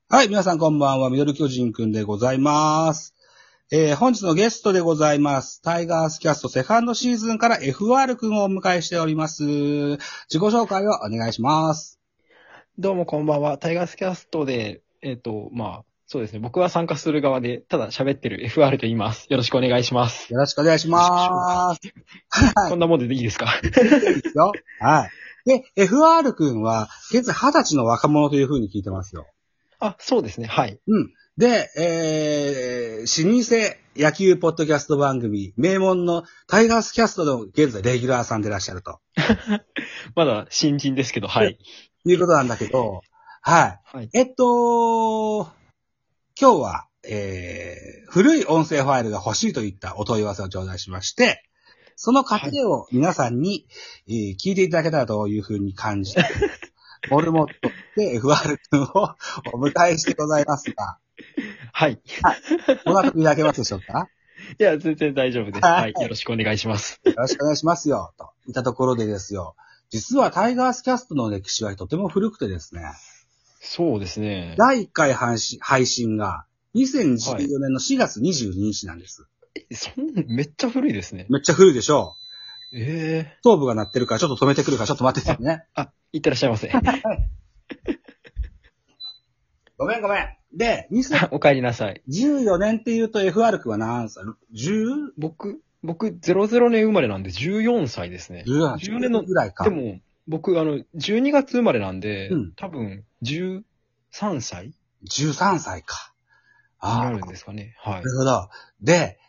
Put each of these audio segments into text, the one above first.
はい、皆さんこんばんは。ミドル巨人くんでございます。本日のゲストでございます。タイガースキャストセカンドシーズンから FR くんをお迎えしております。自己紹介をお願いします。 どうもこんばんは。タイガースキャストで、そうですね。僕は参加する側で、ただ喋ってる FR と言います。よろしくお願いします。 よろしくお願いします。はい。 こんなもんでいいですか？ いいですよ。はい。で、FR くんは、現在20歳の若者という風に聞いてますよ。 あ、そうですね。はい。 うん。で、老舗野球ポッドキャスト番組、名門のタイガースキャストの現在レギュラーさんでいらっしゃると。 まだ新人ですけど、はい。 いうことなんだけど、はい。 はい。 今日は、古い音声ファイルが欲しいといったお問い合わせを頂戴しまして、その過程を皆さんに、聞いていただけたらというふうに感じて、モルモットで FR 君をお迎えしてございますが、 はい。 はい。お納得いただけますでしょうか？ いや、全然大丈夫です。 はいはい。よろしくお願いします。 よろしくお願いしますよ、といったところでですよ。実はタイガースキャストの歴史はとても古くてですね、 そうですね。 第1回配信が2014 はい。 年の4月22日なんです。 めっちゃ古いですね。 めっちゃ古いでしょええストーブが鳴ってるからちょっと止めてくるからちょっと待っててね。 いってらっしゃいませ。 ごめん。で、 お帰りなさい。 2014年って言うと FR 君は何歳？ 10? 僕、00年生まれなんで14歳ですね。14年の、 ぐらいか。 でも、僕、12月生まれなんで、 うん多分、13歳 13歳か。 になああ、 るんですかね。はい。 なるほど。で、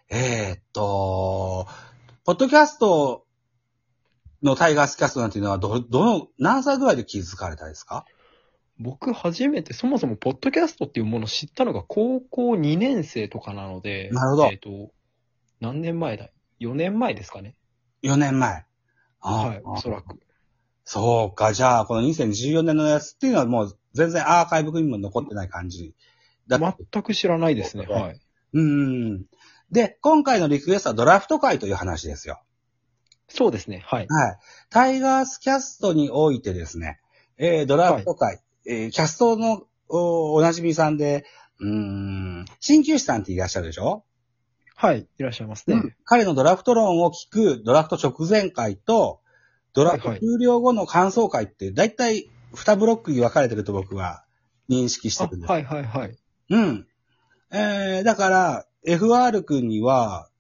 ポッドキャストのタイガースキャストなんていうのは何歳ぐらいで気づかれたんですか？ 僕、初めて、そもそも、ポッドキャストっていうものを知ったのが高校2年生とかなので、 なるほど。 何年前だ ?4 年前ですかね。 4年前。 はい、 ああおそらく。 そうか。じゃあ、この2014年のやつっていうのはもう全然アーカイブにも残ってない感じだった。 全く知らないですね。はい。 で、今回のリクエストはドラフト会という話ですよ。 そうですね。はい。 はい。タイガースキャストにおいてですね、ドラフト会、キャストのおなじみさんで、鍼灸師さんっていらっしゃるでしょ？ はい、いらっしゃいますね。 彼のドラフト論を聞くドラフト直前会と、ドラフト終了後の感想会って、だいたい2ブロックに分かれてると僕は認識してるんです。 はい。 うん。だから、FR 君には、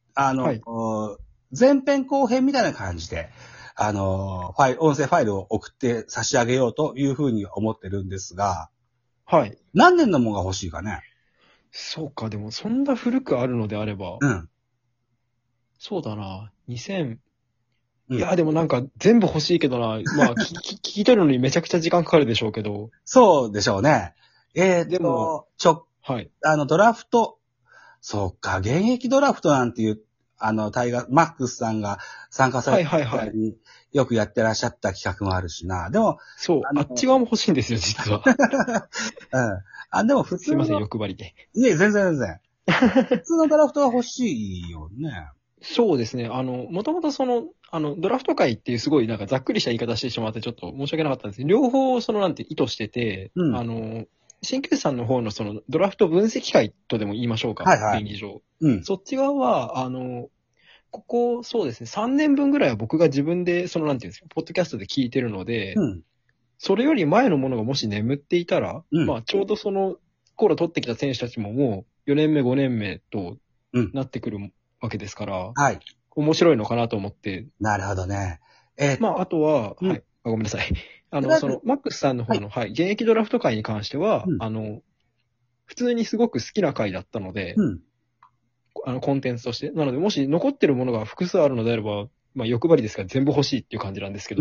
前編後編みたいな感じで、音声ファイルを送って差し上げようというふうに思ってるんですが、 はい。 何年のものが欲しいかね？ そうか、でも、そんな古くあるのであれば、 うん。 そうだな、2000、 うん、 いや、でもなんか全部欲しいけどな、まあ、聞き取るのにめちゃくちゃ時間かかるでしょうけど、 そうでしょうね。 でも、はい。 ドラフト、そうか、現役ドラフトなんていう、マックスさんが参加された際によくやってらっしゃった企画もあるしな。でも、 そう、あっち側も欲しいんですよ、実は。 うん。でも普通の。 すいません、欲張りで。 いえ、全然。普通のドラフトが欲しいよね。 そうですね。もともとドラフト会っていうすごいなんかざっくりした言い方してしまってちょっと申し訳なかったんですけど、両方なんて意図してて、鍼灸師さんの方のドラフト分析会とでも言いましょうか。 はい。 便宜上。 そっち側は、ここ、そうですね、3年分ぐらいは僕が自分で、なんていうんですか、ポッドキャストで聞いてるので、それより前のものがもし眠っていたら、まあ、ちょうど頃取ってきた選手たちももう4年目、5年目となってくるわけですから、 はい。 面白いのかなと思って。 なるほどね。 まあ、あとは、はい。ごめんなさい。マックスさんの方の、現役ドラフト会に関しては、普通にすごく好きな回だったので、コンテンツとして。なので、もし残ってるものが複数あるのであれば、まあ、欲張りですから全部欲しいっていう感じなんですけど。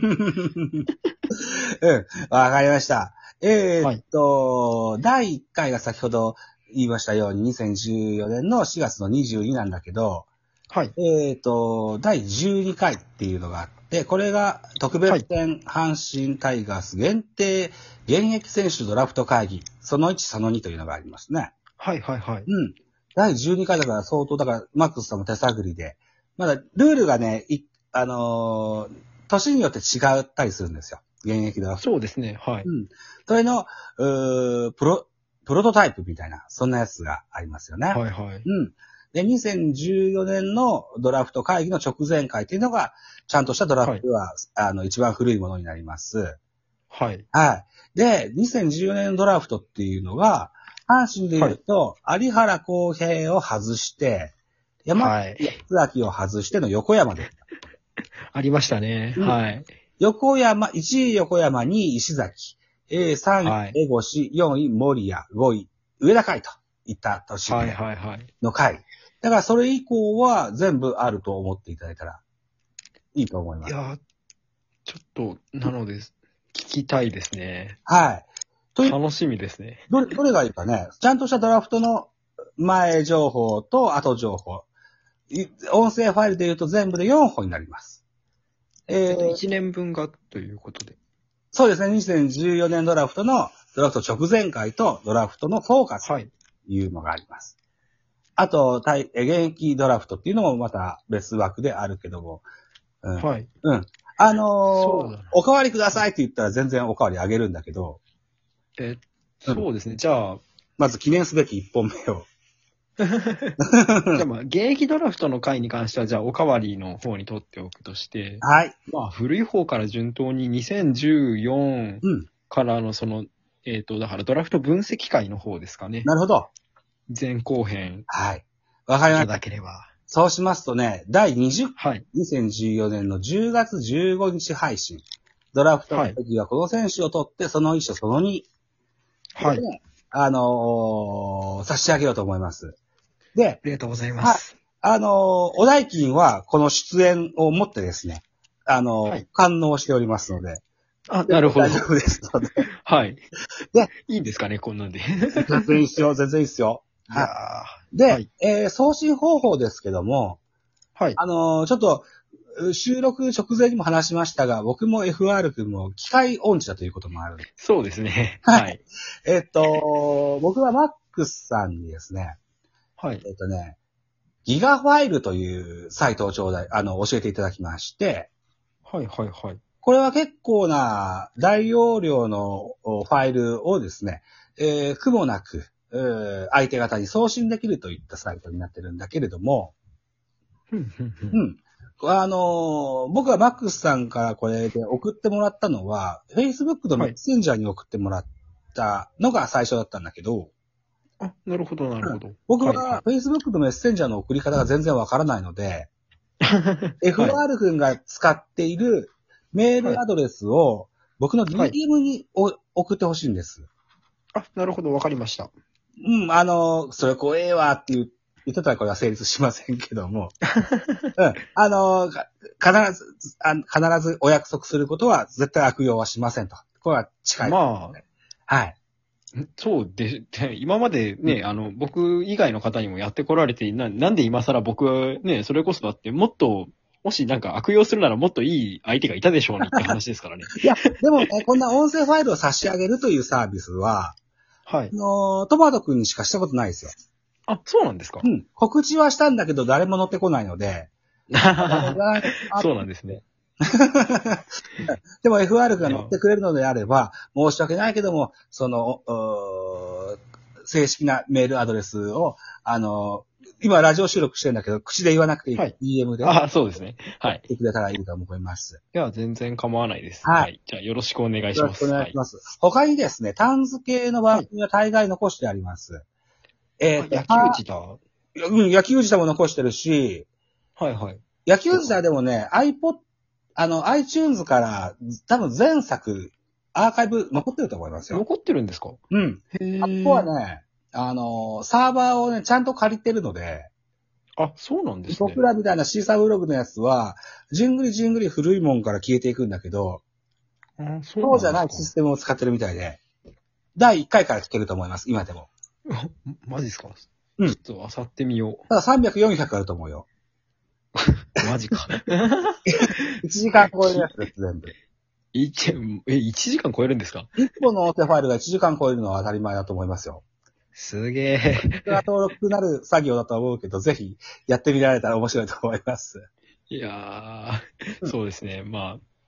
わかりました。第1回が先ほど言いましたように、2014年の4月の22なんだけど、 はい。 第12回っていうのがあって、これが特別編、阪神タイガース限定現役選手ドラフト会議、その1、その2というのがありますね。 はい。 第12回だから相当、だからマックスさんも手探りで、まだルールがね、年によって違ったりするんですよ。現役ドラフト。 そうですね。はい。 それの、 プロトタイプみたいな、そんなやつがありますよね。 はいはい。 うん。で、2014年のドラフト会議の直前会っていうのが、ちゃんとしたドラフトでは、一番古いものになります。 はい。 はい。で、2014年のドラフトっていうのが、阪神で言うと、有原康平を外して、山崎康明を外しての横山でした。 ありましたね。はい。 横山、1位横山、2位石崎、3位江越、4位森谷、5位上田海といった年の回。だからそれ以降は全部あると思っていただいたらいいと思います。 いや、ちょっと、なので、聞きたいですね。 はい。 楽しみですね。 どれがいいかね。ちゃんとしたドラフトの前情報と後情報。音声ファイルで言うと全部で4本になります。 1年分がということで。 そうですね。2014年ドラフトのドラフト直前回とドラフトのフォーカスというのがあります。あと、現役ドラフトっていうのもまた別枠であるけども。 はい。 うん。おかわりくださいって言ったら全然おかわりあげるんだけど。 そうですね。じゃあ、 まず記念すべき1本目を。 じゃあまあ、現役ドラフトの回に関しては、じゃあ、おかわりの方に取っておくとして、 はい。 まあ、古い方から順当に2014からのだからドラフト分析会の方ですかね。 なるほど。 前後編。 はい。わかりました。 いただければ。 そうしますとね、第20 はい。 2014年の10月15日配信。ドラフトの時はこの選手を取って、その1その2。 はい。 差し上げようと思います。で、 ありがとうございます。 お代金はこの出演をもってですね、感納しておりますので。 あ、なるほど。 大丈夫ですので。 はい。 で、 いいんですかね、こんなんで。 全然いいっすよ、全然いいっすよ。 いやで、送信方法ですけども、 はい。 ちょっと、収録直前にも話しましたが、僕も FR 君も機械音痴だということもある。 そうですね。はい。 僕は MAX さんにですね、 はい。 ギガファイルというサイトを教えていただきまして、 はいはいはい。 これは結構な大容量のファイルをですね、苦もなく、相手方に送信できるといったサイトになってるんだけれども、僕は MAX さんからこれで送ってもらったのは、Facebook のメッセンジャーに送ってもらったのが最初だったんだけど、 あ、なるほど、なるほど。 僕は Facebook のメッセンジャーの送り方が全然わからないので、FR 君が使っているメールアドレスを僕の DM に送ってほしいんです。 あ、なるほど、わかりました。 うん、それ怖えわって言ってたらこれは成立しませんけども。うん、必ずお約束することは絶対悪用はしませんと。これは近い。 まあ、はい。 そうで、今までね、僕以外の方にもやってこられて、なんで今更僕はね、それこそだってもっと、もしなんか悪用するならもっといい相手がいたでしょうにって話ですからね。 いや、でもね、こんな音声ファイルを差し上げるというサービスは、 はい。 トマト君にしかしたことないですよ。 あ、そうなんですか？ うん。告知はしたんだけど誰も乗ってこないので。 そうなんですね。 でも FR が乗ってくれるのであれば、申し訳ないけども、正式なメールアドレスを、今ラジオ収録してるんだけど、口で言わなくていい。 はい、 DM で。 あ、そうですね。はい。 言ってくれたらいいと思います。 いや、全然構わないです。 はい。 じゃあよろしくお願いします。 よろしくお願いします。はい、他にですね、タンズ系の番組は大概残してあります。 野球自体うん、野球自体も残してるし、 はいはい。 野球自体でもね、iTunes から多分前作、アーカイブ残ってると思いますよ。 残ってるんですか？ うん。あとはね、サーバーをね、ちゃんと借りてるので、 あ、そうなんですね。 僕らみたいなシーサーブログのやつは、じんぐり古いもんから消えていくんだけど、そうじゃないシステムを使ってるみたいで、第1回から聞けると思います、今でも。 マジですか？ うん。 ちょっと漁ってみよう。 ただ300、400あると思うよ。 マジか。 1時間超えるやつです、全部。 1時間超えるんですか ？1個の音声ファイルが1時間超えるのは当たり前だと思いますよ。 すげえ。 それは登録なる作業だと思うけど、ぜひやってみられたら面白いと思います。 いやー、そうですね。まあ、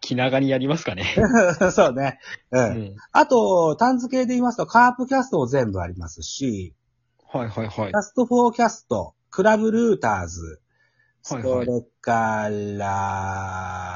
気長にやりますかね。 そうね。うん。あと、単付けで言いますと、カープキャストも全部ありますし、 はいはいはい。キャストフォーキャスト、クラブルーターズ、そはいはい。 れから、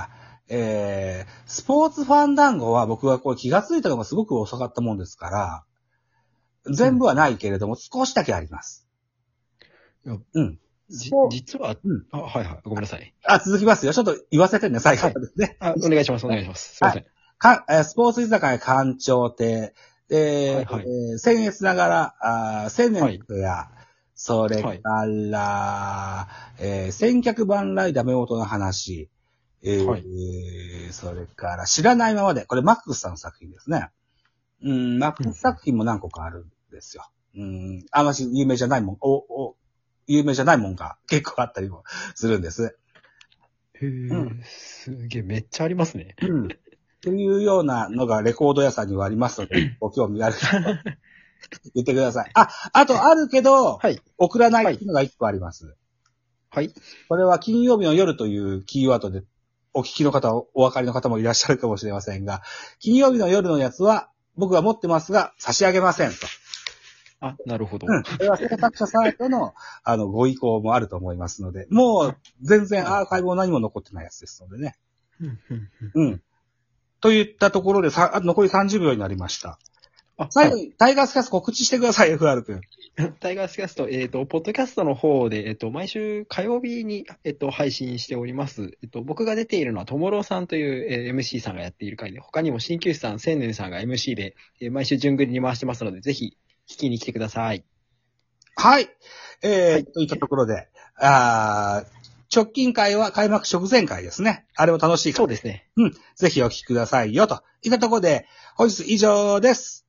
スポーツファンダンゴは僕はこれ気がついたのがすごく遅かったもんですから、全部はないけれども、少しだけあります。 うん。実は、はいはい。ごめんなさい。 続きますよ。ちょっと言わせてね、最後ですね。 お願いします、お願いします。すいません。 スポーツ居酒屋館長亭、僭越ながら、千年や、それから、千客万来ダメ元の話、それから知らないままで、これマックスさんの作品ですね。マックス作品も何個かあるんですよ。あまし有名じゃないもん、有名じゃないもんが結構あったりもするんです。 すげえ、めっちゃありますね。 というようなのがレコード屋さんにはありますので、ご興味ある人は言ってください。あとあるけど、送らないっていうのが一個あります。はい。これは金曜日の夜というキーワードでお聞きの方、お分かりの方もいらっしゃるかもしれませんが、金曜日の夜のやつは僕が持ってますが差し上げませんと。 なるほど。 これは制作者サイトの、ご意向もあると思いますので、もう全然アーカイブも何も残ってないやつですのでね。といったところで残り30秒になりました。最後に、タイガースキャスト告知してください、FR 君。 タイガースキャスト、ポッドキャストの方で、毎週火曜日に、配信しております。僕が出ているのは、ともろうさんという、MC さんがやっている回で、他にも鍼灸師さん、千年さんが MC で、毎週順繰りに回してますので、ぜひ、聞きに来てください。はい。といったところで、直近会は開幕直前会ですね。あれも楽しいから。そうですね。ぜひお聞きくださいよ、といったところで、本日以上です。